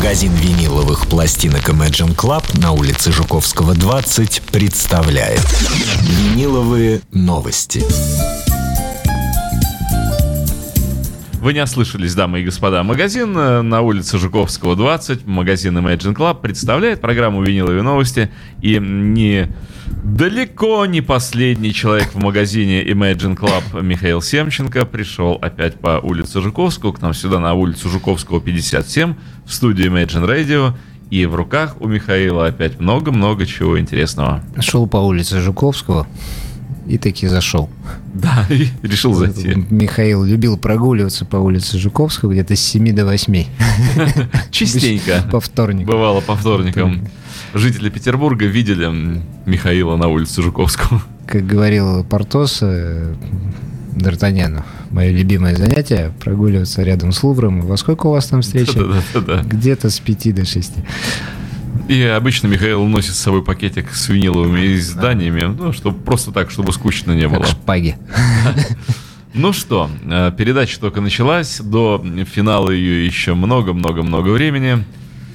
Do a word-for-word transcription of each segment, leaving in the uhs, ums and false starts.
Магазин виниловых пластинок Imagine Club на улице Жуковского, двадцать представляет виниловые новости. Вы не ослышались, дамы и господа. Магазин на улице Жуковского, двадцать, магазин Imagine Club представляет программу «Виниловые новости». И не далеко не последний человек в магазине Imagine Club Михаил Семченко пришел опять по улице Жуковского, к нам сюда на улицу Жуковского, пятьдесят семь, в студию Imagine Radio. И в руках у Михаила опять много-много чего интересного. Шел по улице Жуковского и таки зашел. Да, и решил зайти. Михаил любил прогуливаться по улице Жуковского где-то с семи до восьми. Частенько. По вторникам. Бывало по вторникам. Жители Петербурга видели Михаила на улице Жуковского. Как говорил Портос Д'Артаньяну, мое любимое занятие — прогуливаться рядом с Лувром. Во сколько у вас там встреча? Да-да-да. Где-то с пяти до шести. И обычно Михаил носит с собой пакетик с виниловыми изданиями, ну, чтобы просто так, чтобы скучно не было. Как шпаги. Ну что, передача только началась, до финала ее еще много-много-много времени.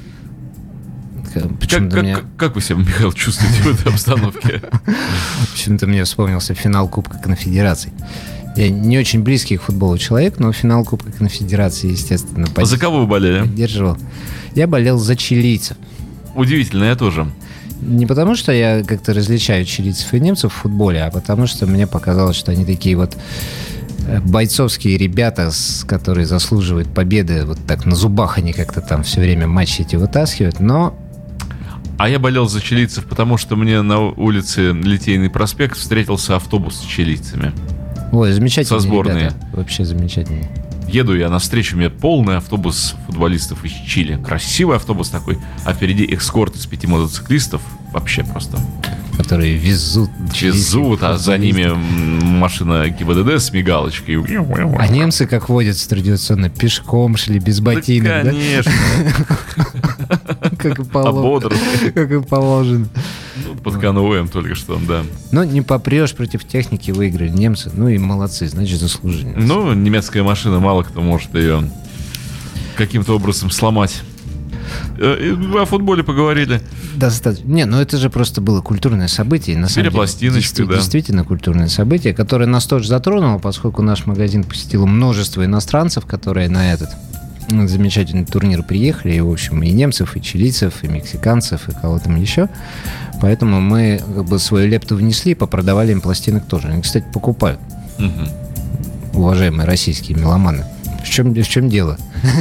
Как, как, мне... как вы себя, Михаил, чувствуете в этой обстановке? Почему-то мне вспомнился финал Кубка Конфедераций. Я не очень близкий к футболу человек, но финал Кубка Конфедерации, естественно, а за кого вы болели? Поддерживал. Я болел за чилийцев. Удивительно, я тоже. Не потому, что я как-то различаю чилийцев и немцев в футболе, а потому, что мне показалось, что они такие вот бойцовские ребята, которые заслуживают победы. Вот так на зубах они как-то там все время матчи эти вытаскивают, но... А я болел за чилийцев, потому что мне на улице Литейный проспект встретился автобус с чилийцами. Ой, замечательные со сборной. Ребята. Вообще замечательные. Еду я навстречу, у меня полный автобус футболистов из Чили. Красивый автобус такой. А впереди эскорт из пяти мотоциклистов. Вообще просто. Которые везут. Везут, а за ними машина ГИБДД с мигалочкой. А немцы, как водятся традиционно, пешком шли, без ботинок. Да, конечно. Как и положено. Как и положено. Под конвоем только что, да. Но не попрешь, против техники выиграли немцы. Ну и молодцы, значит, заслужили. Ну, немецкая машина, мало кто может ее каким-то образом сломать. О футболе поговорили. Достаточно. Не, ну это же просто было культурное событие. На самом деле, действительно, да. Действительно культурное событие, которое нас тоже затронуло, поскольку наш магазин посетило множество иностранцев, которые на этот замечательный турнир приехали. И, в общем, и немцев, и чилийцев, и мексиканцев, и кого там еще. Поэтому мы как бы свою лепту внесли, попродавали им пластинок тоже. Они, кстати, покупают. Угу. Уважаемые российские меломаны. В чем, в чем дело?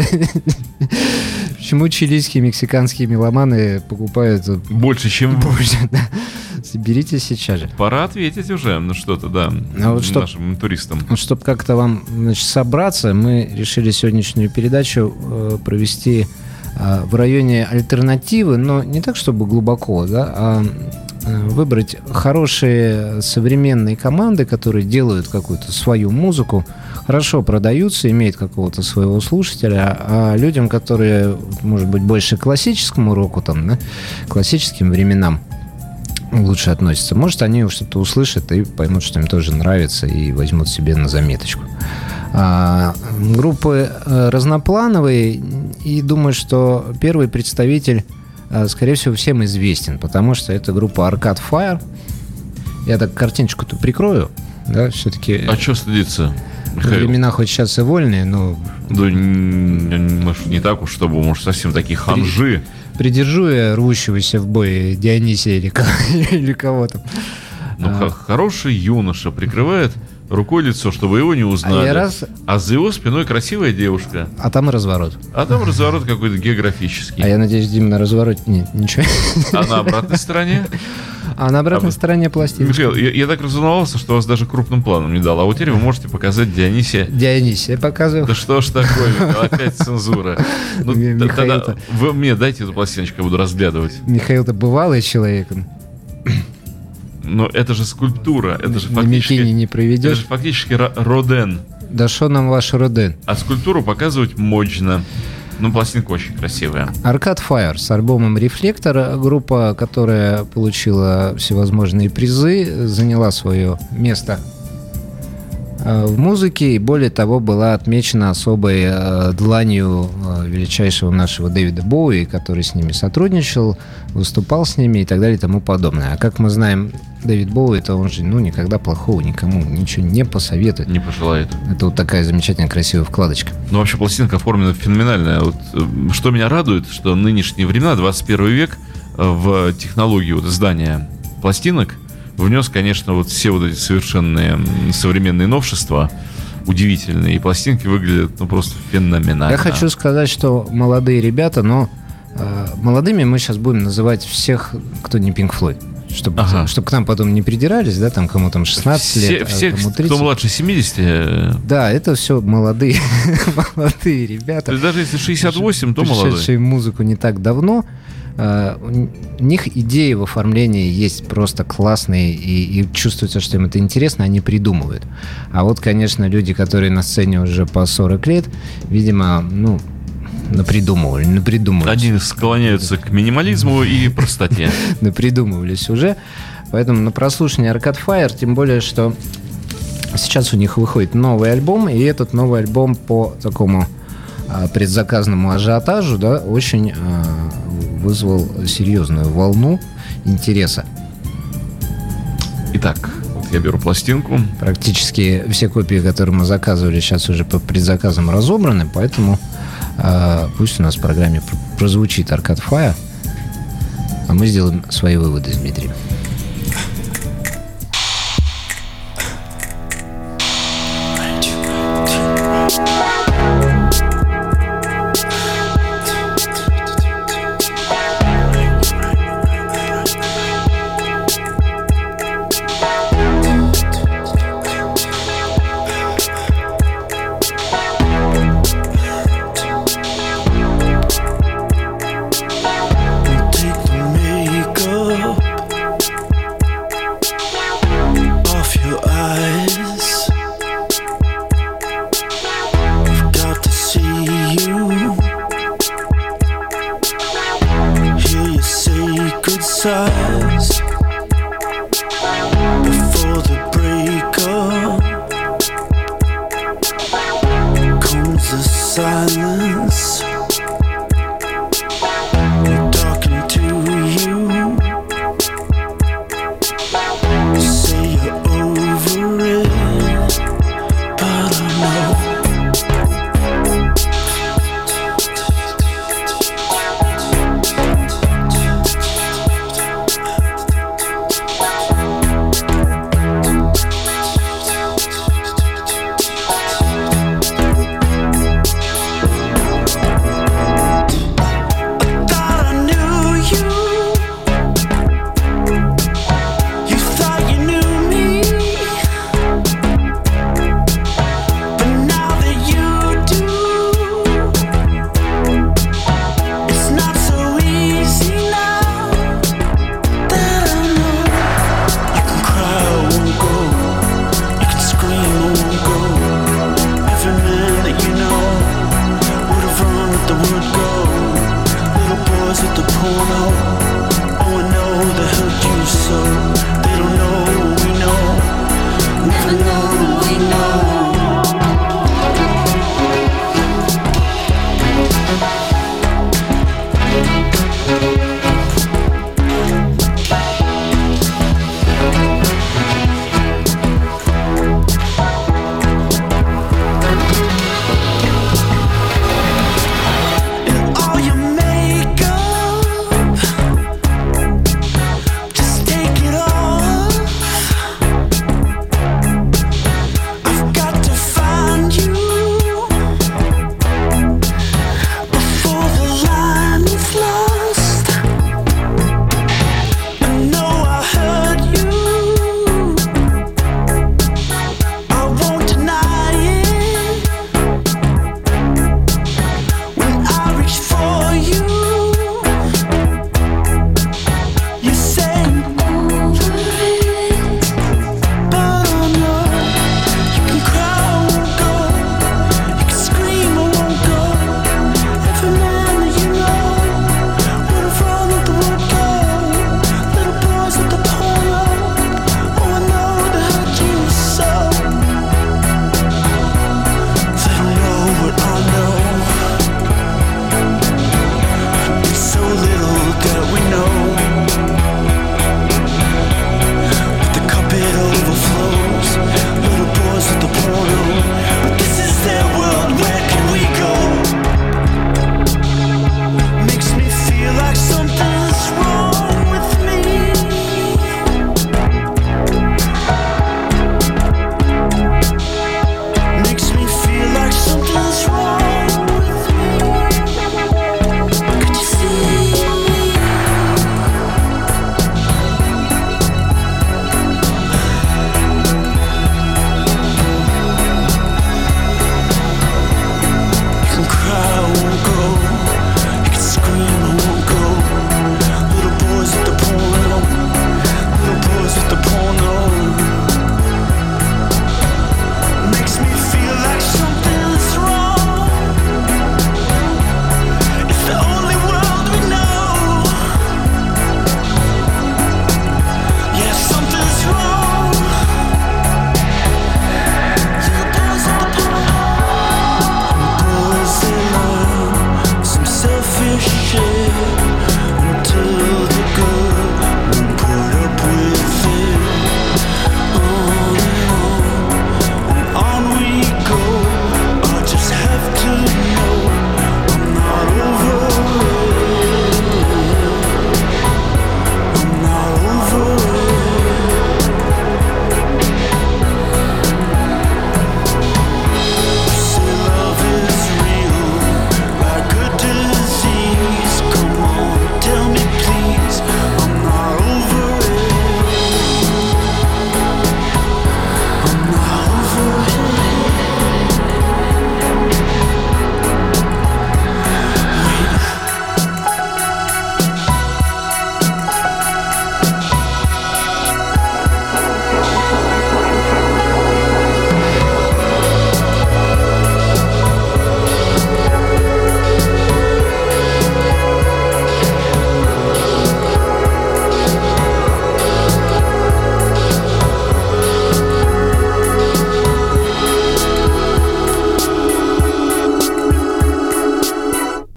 Почему чилийские, мексиканские меломаны покупают больше, чем больше? Да. Соберитесь сейчас же. Пора ответить уже на что-то, да, а вот чтоб, нашим туристам. Вот, чтобы как-то вам, значит, собраться, мы решили сегодняшнюю передачу э, провести э, в районе альтернативы, но не так, чтобы глубоко, да, а э, выбрать хорошие современные команды, которые делают какую-то свою музыку, хорошо продаются, имеют какого-то своего слушателя, а людям, которые, может быть, больше к классическому року, там, да, классическим временам лучше относятся, может, они что-то услышат и поймут, что им тоже нравится, и возьмут себе на заметочку. А, группы разноплановые, и думаю, что первый представитель, скорее всего, всем известен, потому что это группа Arcade Fire. Я так картиночку-то прикрою, да, все-таки... А что стыдиться? Времена хоть сейчас и вольные, но... Да, может, не так уж, чтобы, может, совсем такие ханжи. Придержу я рвущегося в бой Дионисия или, или кого-то. Ну, а... хороший юноша прикрывает рукой лицо, чтобы его не узнали. А, раз... а за его спиной красивая девушка. А там разворот. А там разворот какой-то географический. А я надеюсь, Дима, на развороте нет ничего. А на обратной стороне? А на обратной а... стороне пластинки. Михаил, я, я так разволновался, что вас даже крупным планом не дал. А вот теперь вы можете показать Дионисия. Дионисия показываю. Да что ж такое, Михаил, опять цензура. Ну, тогда вы мне дайте эту пластиночку, я буду разглядывать. Михаил-то бывалый человек. Но это же скульптура, это же фактически... не проведешь. Это же фактически Роден. Да что нам ваш Роден? А скульптуру показывать мощно. Ну, пластинка очень красивая. Arcade Fire с альбомом «Рефлектор». Группа, которая получила всевозможные призы, заняла свое место в музыке, и более того, была отмечена особой э, дланью э, величайшего нашего Дэвида Боуи, который с ними сотрудничал, выступал с ними и так далее и тому подобное. А как мы знаем, Дэвид Боуи, это он же ну, никогда плохого никому ничего не посоветует. Не пожелает. Это вот такая замечательная красивая вкладочка. Ну, вообще, пластинка оформлена феноменально. Вот, что меня радует, что нынешние времена, двадцать первый век, в технологию вот, издания пластинок внес, конечно, вот все вот эти совершенные современные новшества, удивительные, и пластинки выглядят ну, просто феноменально. Я хочу сказать, что молодые ребята, но э, молодыми мы сейчас будем называть всех, кто не Pink Floyd. Чтобы, ага. чтобы к нам потом не придирались, да, там кому там шестнадцать все, лет, все, а кому тридцать. Кто младше семидесяти. Да, это все молодые, молодые ребята. То есть даже если шестьдесят восемь, то молодой. Пришедшие в музыку не так давно. У них идеи в оформлении есть просто классные, и, и чувствуется, что им это интересно, они придумывают. А вот, конечно, люди, которые на сцене уже по сорок лет, видимо, ну, напридумывали, напридумывали. Они склоняются к минимализму и простоте. Напридумывались уже. Поэтому на прослушивание Arcade Fire, тем более, что сейчас у них выходит новый альбом, и этот новый альбом по такому предзаказному ажиотажу, да, очень э, вызвал серьезную волну интереса. Итак, вот я беру пластинку. Практически все копии, которые мы заказывали, сейчас уже по предзаказам разобраны, поэтому э, пусть у нас в программе прозвучит Arcade Fire, а мы сделаем свои выводы с Дмитрием.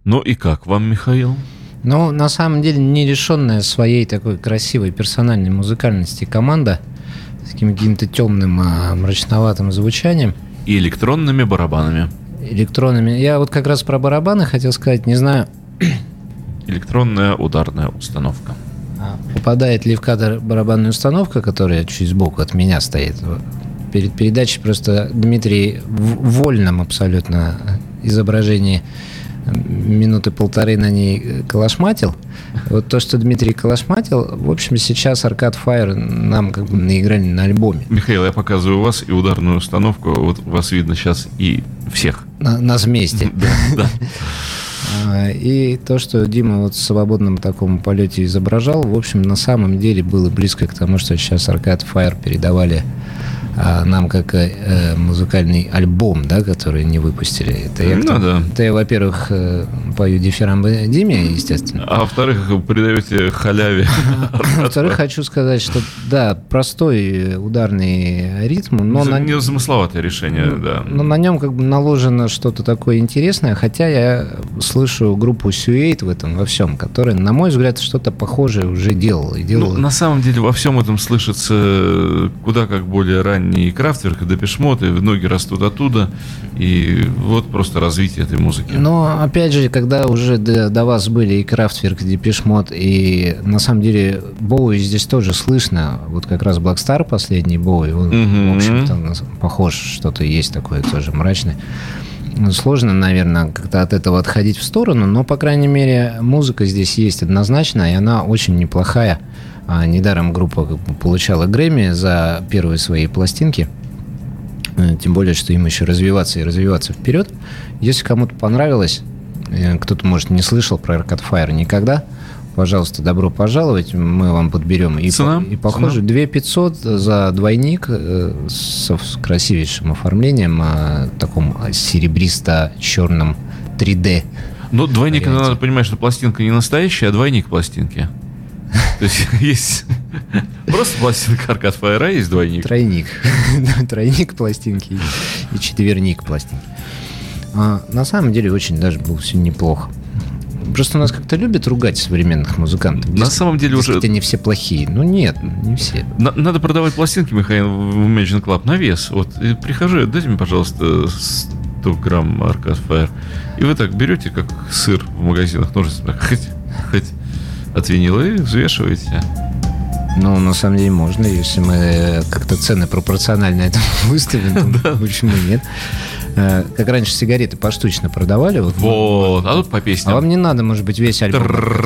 Ну и как вам, Михаил? Ну, на самом деле, нерешенная своей такой красивой персональной музыкальности команда с каким-то темным, мрачноватым звучанием. И электронными барабанами. Электронными. Я вот как раз про барабаны хотел сказать, не знаю... Электронная ударная установка. Попадает ли в кадр барабанная установка, которая чуть сбоку от меня стоит? Перед передачей просто Дмитрий в вольном абсолютно изображении минуты полторы на ней калашматил. Вот то, что Дмитрий калашматил, в общем, сейчас Arcade Fire нам как бы наиграли на альбоме. Михаил, я показываю вас и ударную установку. Вот вас видно сейчас и всех. На, нас вместе. Да, да. И то, что Дима вот в свободном таком полете изображал, в общем, на самом деле было близко к тому, что сейчас Arcade Fire передавали а, нам как э, музыкальный альбом, да, который не выпустили. Это я, ну, кто, да. это я, во-первых, э, пою дифирамбы Диме, естественно. А во-вторых, вы придаете халяве. Во-вторых, хочу сказать, что да, простой ударный ритм, но на... незамысловатое решение, да. Но на нем как бы наложено что-то такое интересное, хотя я слышу группу Сюэйт в этом во всем, которая, на мой взгляд, что-то похожее уже делала. И делала. Ну, на самом деле во всем этом слышится куда как более ранний Крафтверк и Депеш Мод, и ноги растут оттуда, и вот просто развитие этой музыки. Но, опять же, когда уже до, до вас были и Крафтверк, и Депеш Мод, и на самом деле Боуи здесь тоже слышно, вот как раз Black Star последний Боуи, он, mm-hmm. в общем-то, похож, что-то есть такое тоже мрачное. Сложно, наверное, как-то от этого отходить в сторону, но, по крайней мере, музыка здесь есть однозначно, и она очень неплохая. А недаром группа получала Грэмми за первые свои пластинки. Тем более, что им еще развиваться и развиваться вперед. Если кому-то понравилось, кто-то, может, не слышал про Arcade Fire никогда, пожалуйста, добро пожаловать, мы вам подберем. И, цена? и похоже, две тысячи пятьсот за двойник с красивейшим оформлением, таком серебристо-черном три дэ. Но двойник, надо понимать, что пластинка не настоящая, а двойник пластинки. То есть есть просто пластинка Arcade Fire, а есть двойник. Тройник. Тройник пластинки и четверник пластинки. А, на самом деле очень даже было все неплохо. Просто у нас как-то любят ругать современных музыкантов. На Дис- самом деле уже... они все плохие. Ну нет, не все. На- надо продавать пластинки, Михаил, в Imagine Club на вес. Вот, и прихожу, дайте мне, пожалуйста, сто грамм Arcade Fire. И вы так берете, как сыр в магазинах, ножницами, хоть, хоть от винила и взвешиваете. Ну, на самом деле можно, если мы как-то цены пропорционально этому выставим, то почему нет? Как раньше сигареты поштучно продавали. Вот, вот. А тут по песням. А вам не надо, может быть, весь альбом.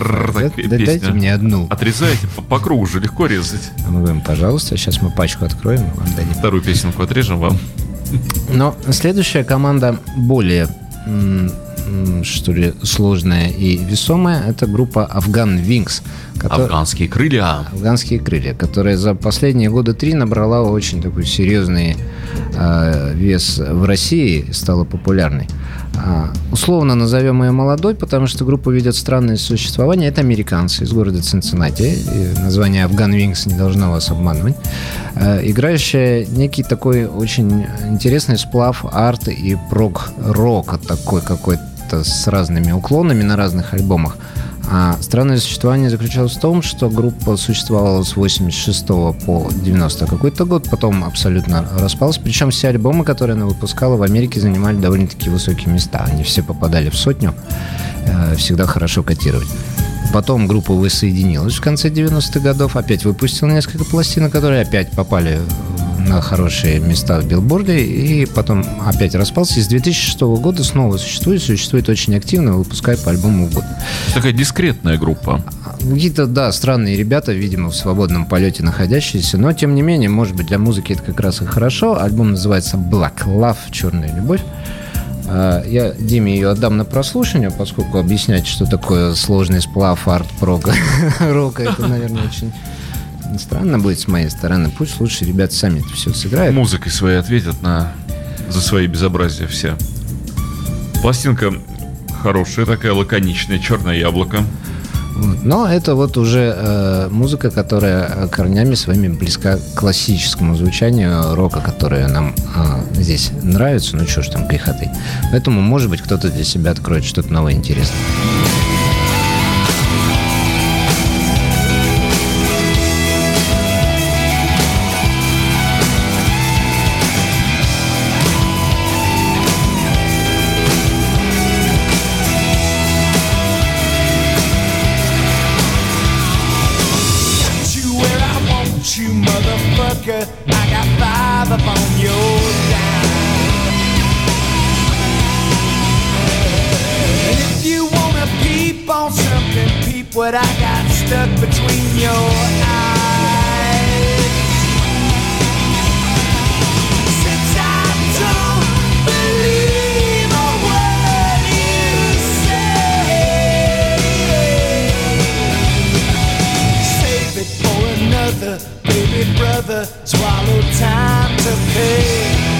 Дайте мне одну. Отрезаете, по, по кругу же легко резать. Мы говорим, пожалуйста, сейчас мы пачку откроем и вам дадим. Вторую песенку отрежем вам. Но следующая команда более, что ли, сложная и весомая. Это группа Afghan Wings. Который... Афганские крылья. Афганские крылья, которая за последние года три набрала очень такой серьезный э, вес в России, стала популярной. А, условно назовем ее молодой, потому что группа ведет странное существование. Это американцы из города Цинциннати. Название Afghan Wings не должно вас обманывать. А, играющая некий такой очень интересный сплав арт и прог-рока, такой какой-то с разными уклонами на разных альбомах. А странное существование заключалось в том, что группа существовала с восемьдесят шестого по девяностый какой-то год, потом абсолютно распалась. Причем все альбомы, которые она выпускала в Америке, занимали довольно-таки высокие места. Они все попадали в сотню, всегда хорошо котировали. Потом группа воссоединилась в конце девяностых годов, опять выпустила несколько пластинок, которые опять попали на хорошие места в билборде, и потом опять распался. И с две тысячи шестого года снова существует, существует очень активно, выпускает по альбому в год. Такая дискретная группа. Какие-то, да, странные ребята, видимо, в свободном полете находящиеся, но, тем не менее, может быть, для музыки это как раз и хорошо. Альбом называется Black Love, «Черная любовь». Я Диме ее отдам на прослушивание, поскольку объяснять, что такое сложный сплав арт-прога рока, это, наверное, очень странно будет с моей стороны. Пусть лучше ребята сами это все сыграют. Музыкой своей ответят на за свои безобразия все. Пластинка хорошая, такая лаконичная, «Черное яблоко». Вот. Но это вот уже э, музыка, которая корнями своими близка к классическому звучанию рока, которое нам э, здесь нравится. Ну что ж там греха таить. Поэтому, может быть, кто-то для себя откроет что-то новое интересное. I got five up on your dime. And if you wanna peep on something, peep what I got stuck between your eyes. Since I don't believe a word you say, save it for another. Baby brother, swallow time to pay.